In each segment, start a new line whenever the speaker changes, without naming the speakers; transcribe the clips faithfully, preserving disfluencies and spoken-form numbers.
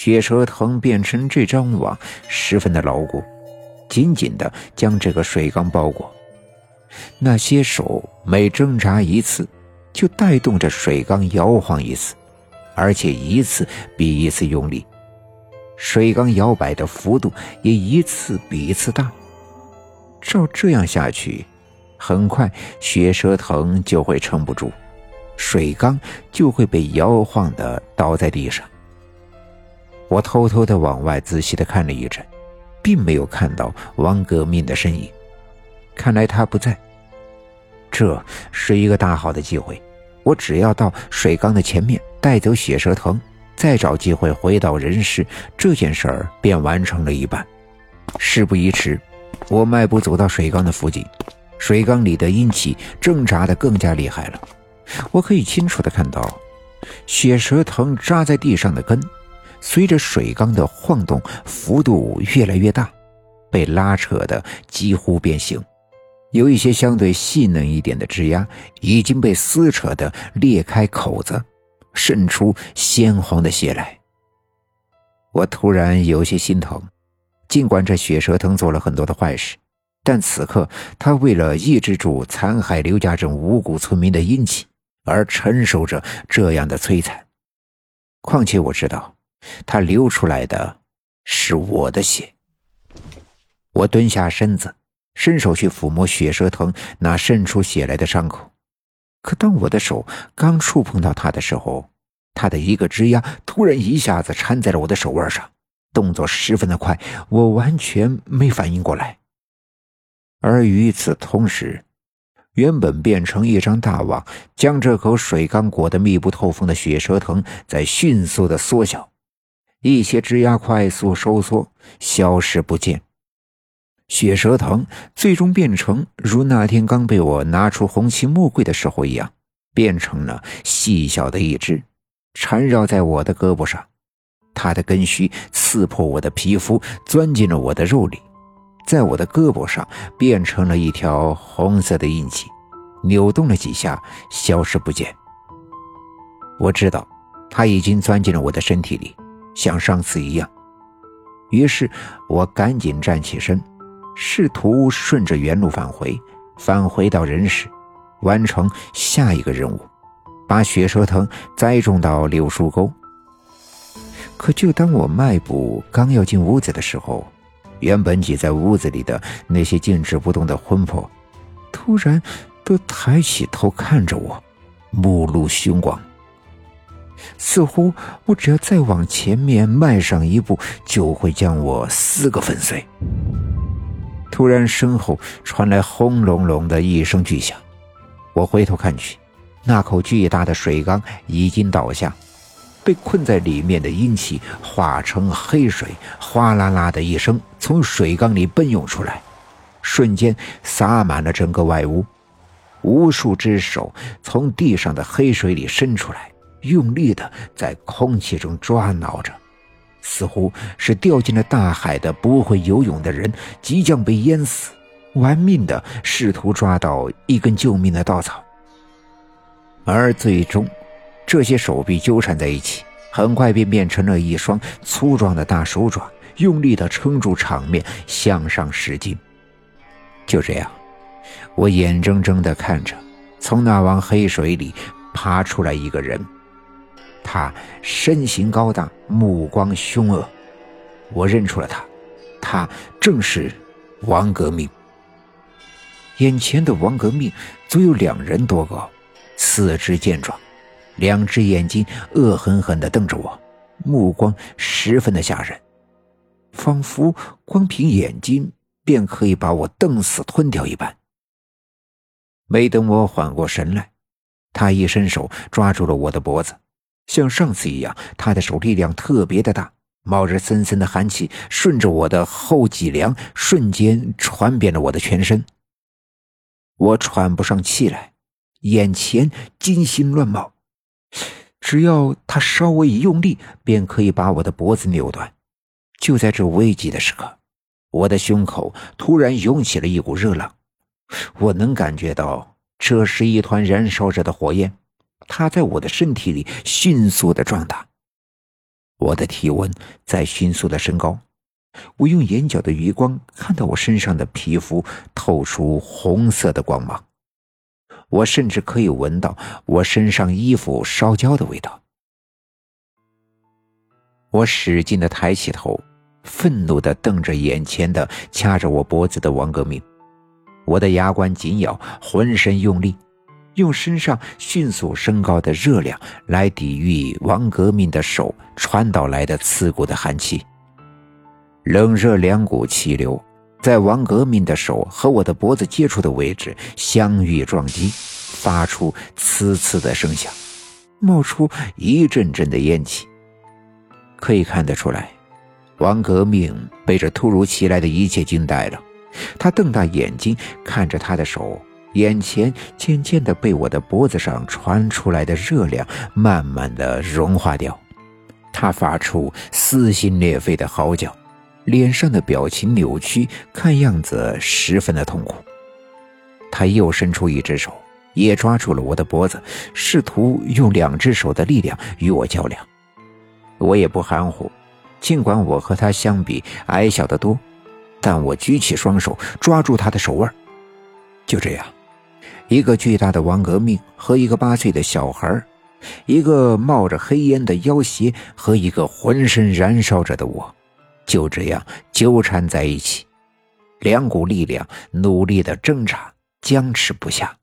血蛇藤变成这张网十分的牢固，紧紧地将这个水缸包裹。那些手每挣扎一次，就带动着水缸摇晃一次，而且一次比一次用力，水缸摇摆的幅度也一次比一次大。照这样下去，很快血蛇藤就会撑不住，水缸就会被摇晃地倒在地上。我偷偷地往外仔细地看了一阵，并没有看到王革命的身影，看来他不在。这是一个大好的机会，我只要到水缸的前面带走血蛇藤，再找机会回到人世，这件事儿便完成了一半。事不宜迟，我迈步走到水缸的附近，水缸里的阴气挣扎得更加厉害了。我可以清楚地看到血蛇藤扎在地上的根随着水缸的晃动幅度越来越大，被拉扯得几乎变形。有一些相对细嫩一点的枝丫已经被撕扯得裂开口子，渗出鲜红的血来。我突然有些心疼，尽管这血蛇藤做了很多的坏事，但此刻他为了抑制住残害刘家镇无辜村民的阴气而承受着这样的摧残。况且我知道他流出来的是我的血。我蹲下身子，伸手去抚摸血蛇藤那渗出血来的伤口，可当我的手刚触碰到它的时候，它的一个枝丫突然一下子缠在了我的手腕上，动作十分的快，我完全没反应过来。而与此同时，原本变成一张大网将这口水缸裹得密不透风的血蛇藤在迅速的缩小，一些枝丫快速收缩，消失不见。血蛇藤最终变成如那天刚被我拿出红漆木柜的时候一样，变成了细小的一只，缠绕在我的胳膊上。它的根须刺破我的皮肤，钻进了我的肉里，在我的胳膊上变成了一条红色的印记，扭动了几下，消失不见。我知道它已经钻进了我的身体里，像上次一样。于是我赶紧站起身，试图顺着原路返回，返回到人世，完成下一个任务，把血蛇藤栽种到柳树沟。可就当我迈步刚要进屋子的时候，原本挤在屋子里的那些静止不动的魂魄突然都抬起头看着我，目露凶光，似乎我只要再往前面迈上一步就会将我撕个粉碎。突然身后传来轰隆隆的一声巨响，我回头看去，那口巨大的水缸已经倒下，被困在里面的阴气化成黑水，哗啦啦的一声从水缸里奔涌出来，瞬间洒满了整个外屋。无数只手从地上的黑水里伸出来，用力的在空气中抓挠着，似乎是掉进了大海的不会游泳的人即将被淹死，玩命的试图抓到一根救命的稻草。而最终这些手臂纠缠在一起，很快便变成了一双粗壮的大手爪，用力地撑住场面，向上使劲。就这样，我眼睁睁地看着从那汪黑水里爬出来一个人，他身形高大，目光凶恶。我认出了他，他正是王革命。眼前的王革命足有两人多高，四肢健壮，两只眼睛恶狠狠地瞪着我，目光十分的吓人，仿佛光凭眼睛便可以把我瞪死吞掉一般。没等我缓过神来，他一伸手抓住了我的脖子，像上次一样，他的手力量特别的大，冒着森森的寒气顺着我的后脊梁瞬间传遍了我的全身。我喘不上气来，眼前金星乱冒，只要他稍微一用力便可以把我的脖子扭断。就在这危急的时刻，我的胸口突然涌起了一股热浪，我能感觉到这是一团燃烧着的火焰，它在我的身体里迅速的壮大。 我的体温在迅速的升高，我用眼角的余光看到我身上的皮肤透出红色的光芒，我甚至可以闻到我身上衣服烧焦的味道。我使劲地抬起头，愤怒地瞪着眼前的掐着我脖子的王革命，我的牙关紧咬，浑身用力，用身上迅速升高的热量来抵御王革命的手传导来的刺骨的寒气。冷热两股气流在王革命的手和我的脖子接触的位置相遇撞击，发出呲呲的声响，冒出一阵阵的烟气。可以看得出来，王革命被这突如其来的一切惊呆了，他瞪大眼睛看着他的手，眼前渐渐地被我的脖子上传出来的热量慢慢地融化掉。他发出撕心裂肺的嚎叫，脸上的表情扭曲，看样子十分的痛苦。他又伸出一只手，也抓住了我的脖子，试图用两只手的力量与我较量。我也不含糊，尽管我和他相比矮小得多，但我举起双手抓住他的手腕。就这样，一个巨大的王革命和一个八岁的小孩，一个冒着黑烟的要挟和一个浑身燃烧着的我，就这样纠缠在一起，两股力量努力的挣扎，僵持不下。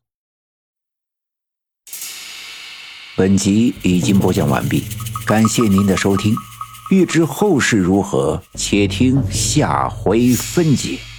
本集已经播讲完毕，感谢您的收听。欲知后事如何，且听下回分解。